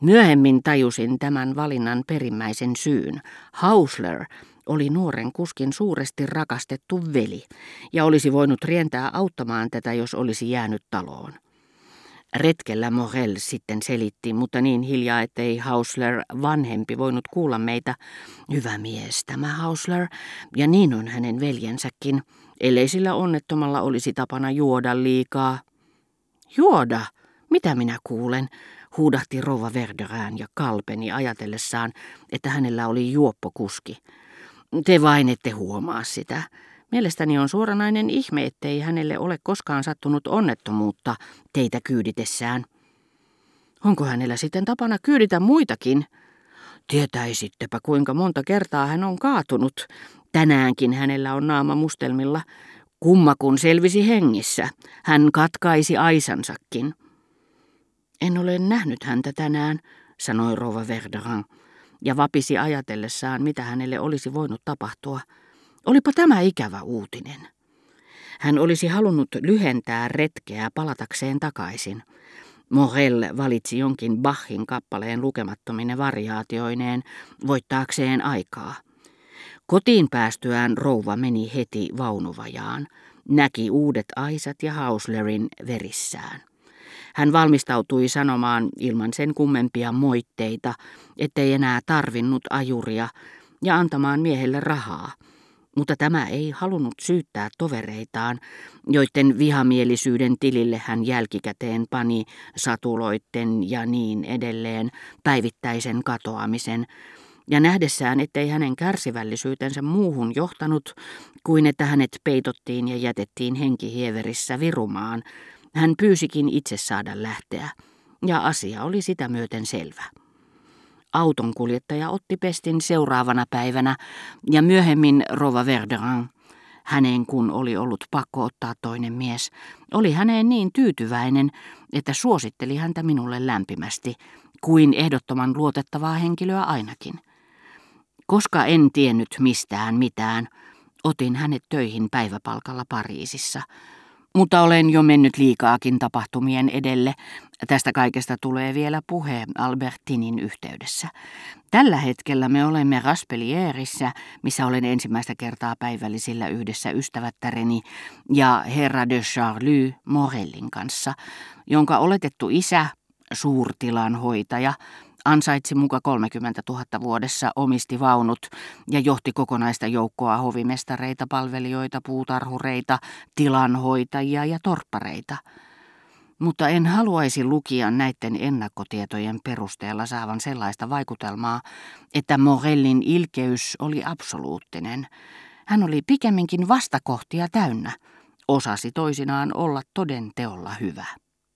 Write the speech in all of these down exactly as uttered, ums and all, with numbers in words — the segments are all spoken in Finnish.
Myöhemmin tajusin tämän valinnan perimmäisen syyn. Hausler oli nuoren kuskin suuresti rakastettu veli, ja olisi voinut rientää auttamaan tätä, jos olisi jäänyt taloon. Retkellä Morel sitten selitti, mutta niin hiljaa, ettei Hausler vanhempi voinut kuulla meitä. Hyvä mies tämä Hausler, ja niin on hänen veljensäkin, ellei sillä onnettomalla olisi tapana juoda liikaa. Juoda? Mitä minä kuulen? Huudahti rouva Verderään ja kalpeni ajatellessaan, että hänellä oli juoppokuski. Te vain ette huomaa sitä. Mielestäni on suoranainen ihme, ettei hänelle ole koskaan sattunut onnettomuutta teitä kyyditessään. Onko hänellä sitten tapana kyyditä muitakin? Tietäisittepä, kuinka monta kertaa hän on kaatunut. Tänäänkin hänellä on naama mustelmilla. Kumma kun selvisi hengissä. Hän katkaisi aisansakin. En ole nähnyt häntä tänään, sanoi rouva Verderin, ja vapisi ajatellessaan, mitä hänelle olisi voinut tapahtua. Olipa tämä ikävä uutinen. Hän olisi halunnut lyhentää retkeä palatakseen takaisin. Morel valitsi jonkin Bachin kappaleen lukemattomine variaatioineen voittaakseen aikaa. Kotiin päästyään rouva meni heti vaunuvajaan, näki uudet aisat ja Hauslerin verissään. Hän valmistautui sanomaan ilman sen kummempia moitteita, ettei enää tarvinnut ajuria, ja antamaan miehelle rahaa. Mutta tämä ei halunnut syyttää tovereitaan, joiden vihamielisyyden tilille hän jälkikäteen pani satuloitten ja niin edelleen päivittäisen katoamisen, ja nähdessään, ettei hänen kärsivällisyytensä muuhun johtanut kuin että hänet peitottiin ja jätettiin henkihieverissä virumaan, hän pyysikin itse saada lähteä, ja asia oli sitä myöten selvä. Autonkuljettaja otti pestin seuraavana päivänä, ja myöhemmin rouva Verderin, häneen kun oli ollut pakko ottaa toinen mies, oli häneen niin tyytyväinen, että suositteli häntä minulle lämpimästi, kuin ehdottoman luotettavaa henkilöä ainakin. Koska en tiennyt mistään mitään, otin hänet töihin päiväpalkalla Pariisissa. Mutta olen jo mennyt liikaakin tapahtumien edelle. Tästä kaikesta tulee vielä puhe Albertinin yhteydessä. Tällä hetkellä me olemme Raspellierissä, missä olen ensimmäistä kertaa päivällisillä yhdessä ystävättäreni ja herra de Charlie Morellin kanssa, jonka oletettu isä, suurtilanhoitaja, ansaitsi muka kolmekymmentätuhatta vuodessa, omisti vaunut ja johti kokonaista joukkoa hovimestareita, palvelijoita, puutarhureita, tilanhoitajia ja torppareita. Mutta en haluaisi lukia näiden ennakkotietojen perusteella saavan sellaista vaikutelmaa, että Morellin ilkeys oli absoluuttinen. Hän oli pikemminkin vastakohtia täynnä, osasi toisinaan olla toden teolla hyvä.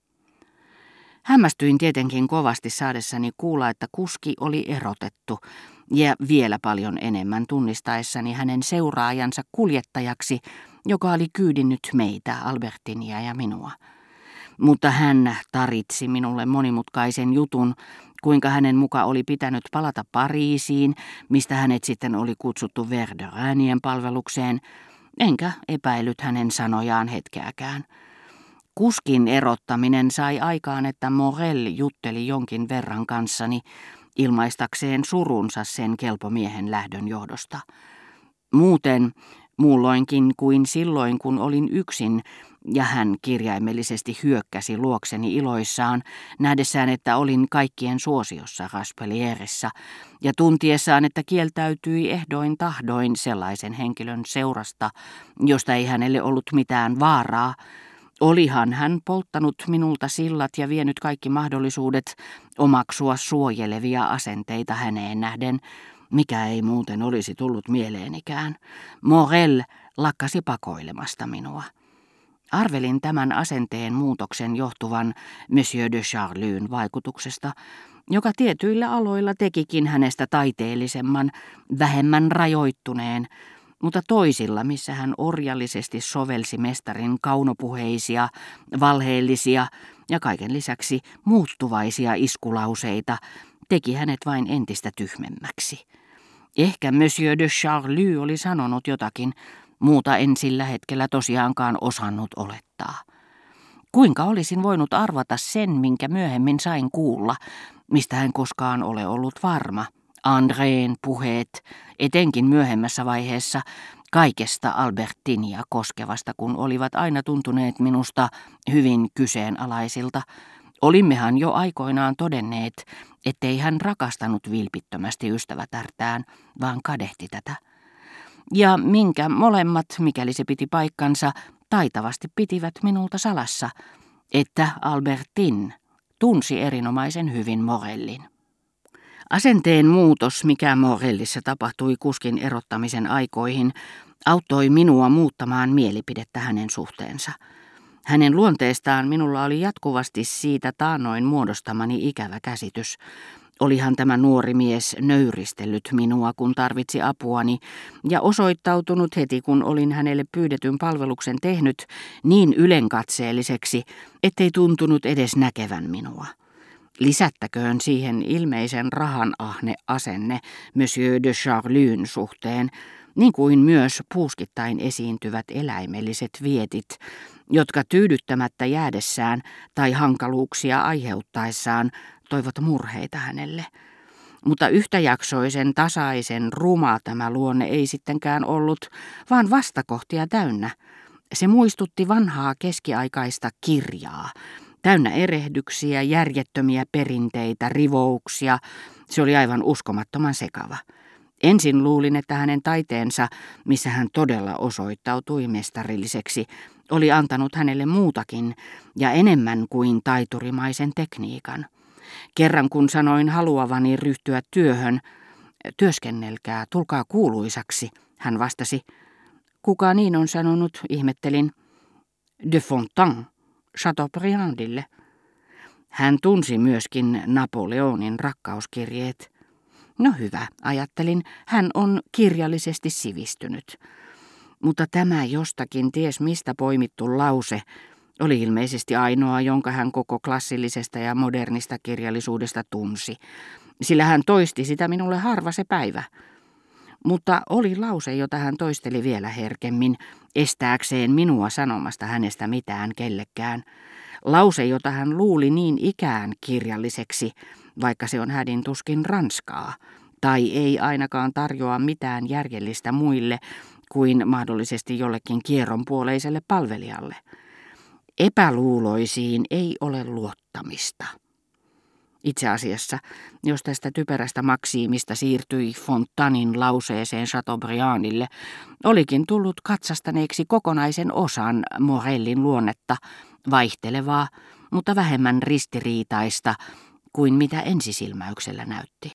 Hämmästyin tietenkin kovasti saadessani kuulla, että kuski oli erotettu, ja vielä paljon enemmän tunnistaessani hänen seuraajansa kuljettajaksi, joka oli kyydinnyt meitä, Albertinia ja minua. Mutta hän taritsi minulle monimutkaisen jutun, kuinka hänen muka oli pitänyt palata Pariisiin, mistä hänet sitten oli kutsuttu Verderinien palvelukseen, enkä epäillyt hänen sanojaan hetkeäkään. Kuskin erottaminen sai aikaan, että Morel jutteli jonkin verran kanssani, ilmaistakseen surunsa sen kelpomiehen lähdön johdosta. Muuten, muulloinkin kuin silloin, kun olin yksin, ja hän kirjaimellisesti hyökkäsi luokseni iloissaan, nähdessään, että olin kaikkien suosiossa Raspellierissä, ja tuntiessaan, että kieltäytyi ehdoin tahdoin sellaisen henkilön seurasta, josta ei hänelle ollut mitään vaaraa. Olihan hän polttanut minulta sillat ja vienyt kaikki mahdollisuudet omaksua suojelevia asenteita häneen nähden, mikä ei muuten olisi tullut mieleenikään. Morel lakkasi pakoilemasta minua. Arvelin tämän asenteen muutoksen johtuvan Monsieur de Charlyn vaikutuksesta, joka tietyillä aloilla tekikin hänestä taiteellisemman, vähemmän rajoittuneen, mutta toisilla, missä hän orjallisesti sovelsi mestarin kaunopuheisia, valheellisia ja kaiken lisäksi muuttuvaisia iskulauseita, teki hänet vain entistä tyhmemmäksi. Ehkä Monsieur de Charlie oli sanonut jotakin, muuta en sillä hetkellä tosiaankaan osannut olettaa. Kuinka olisin voinut arvata sen, minkä myöhemmin sain kuulla, mistä hän koskaan ole ollut varma. Andreen puheet, etenkin myöhemmässä vaiheessa, kaikesta Albertinia koskevasta, kun olivat aina tuntuneet minusta hyvin kyseenalaisilta. Olimmehan jo aikoinaan todenneet, ettei hän rakastanut vilpittömästi ystävätärtään, vaan kadehti tätä. Ja minkä molemmat, mikäli se piti paikkansa, taitavasti pitivät minulta salassa, että Albertine tunsi erinomaisen hyvin Morellin. Asenteen muutos, mikä Morellissa tapahtui kuskin erottamisen aikoihin, auttoi minua muuttamaan mielipidettä hänen suhteensa. Hänen luonteestaan minulla oli jatkuvasti siitä taannoin muodostamani ikävä käsitys. Olihan tämä nuori mies nöyristellyt minua, kun tarvitsi apuani, ja osoittautunut heti, kun olin hänelle pyydetyn palveluksen tehnyt, niin ylenkatseelliseksi, ettei tuntunut edes näkevän minua. Lisättäköön siihen ilmeisen rahanahne asenne Monsieur de Charlyn suhteen, niin kuin myös puuskittain esiintyvät eläimelliset vietit, jotka tyydyttämättä jäädessään tai hankaluuksia aiheuttaessaan toivat murheita hänelle. Mutta yhtäjaksoisen, tasaisen, ruma tämä luonne ei sittenkään ollut, vaan vastakohtia täynnä. Se muistutti vanhaa keskiaikaista kirjaa, täynnä erehdyksiä, järjettömiä perinteitä, rivouksia. Se oli aivan uskomattoman sekava. Ensin luulin, että hänen taiteensa, missä hän todella osoittautui mestarilliseksi, oli antanut hänelle muutakin ja enemmän kuin taiturimaisen tekniikan. Kerran kun sanoin haluavani ryhtyä työhön, työskennelkää, tulkaa kuuluisaksi, hän vastasi. Kuka niin on sanonut, ihmettelin. De Fontaine, Chateaubriandille. Hän tunsi myöskin Napoleonin rakkauskirjeet. No hyvä, ajattelin, hän on kirjallisesti sivistynyt. Mutta tämä jostakin ties mistä poimittu lause oli ilmeisesti ainoa, jonka hän koko klassillisesta ja modernista kirjallisuudesta tunsi, sillä hän toisti sitä minulle harva se päivä. Mutta oli lause, jota hän toisteli vielä herkemmin, estääkseen minua sanomasta hänestä mitään kellekään. Lause, jota hän luuli niin ikään kirjalliseksi, vaikka se on hädin tuskin ranskaa, tai ei ainakaan tarjoa mitään järjellistä muille kuin mahdollisesti jollekin kierronpuoleiselle palvelijalle. Epäluuloisiin ei ole luottamista. Itse asiassa, jos tästä typerästä maksiimista siirtyi Fontanin lauseeseen Chateaubriandille, olikin tullut katsastaneeksi kokonaisen osan Morellin luonnetta, vaihtelevaa, mutta vähemmän ristiriitaista kuin mitä ensisilmäyksellä näytti.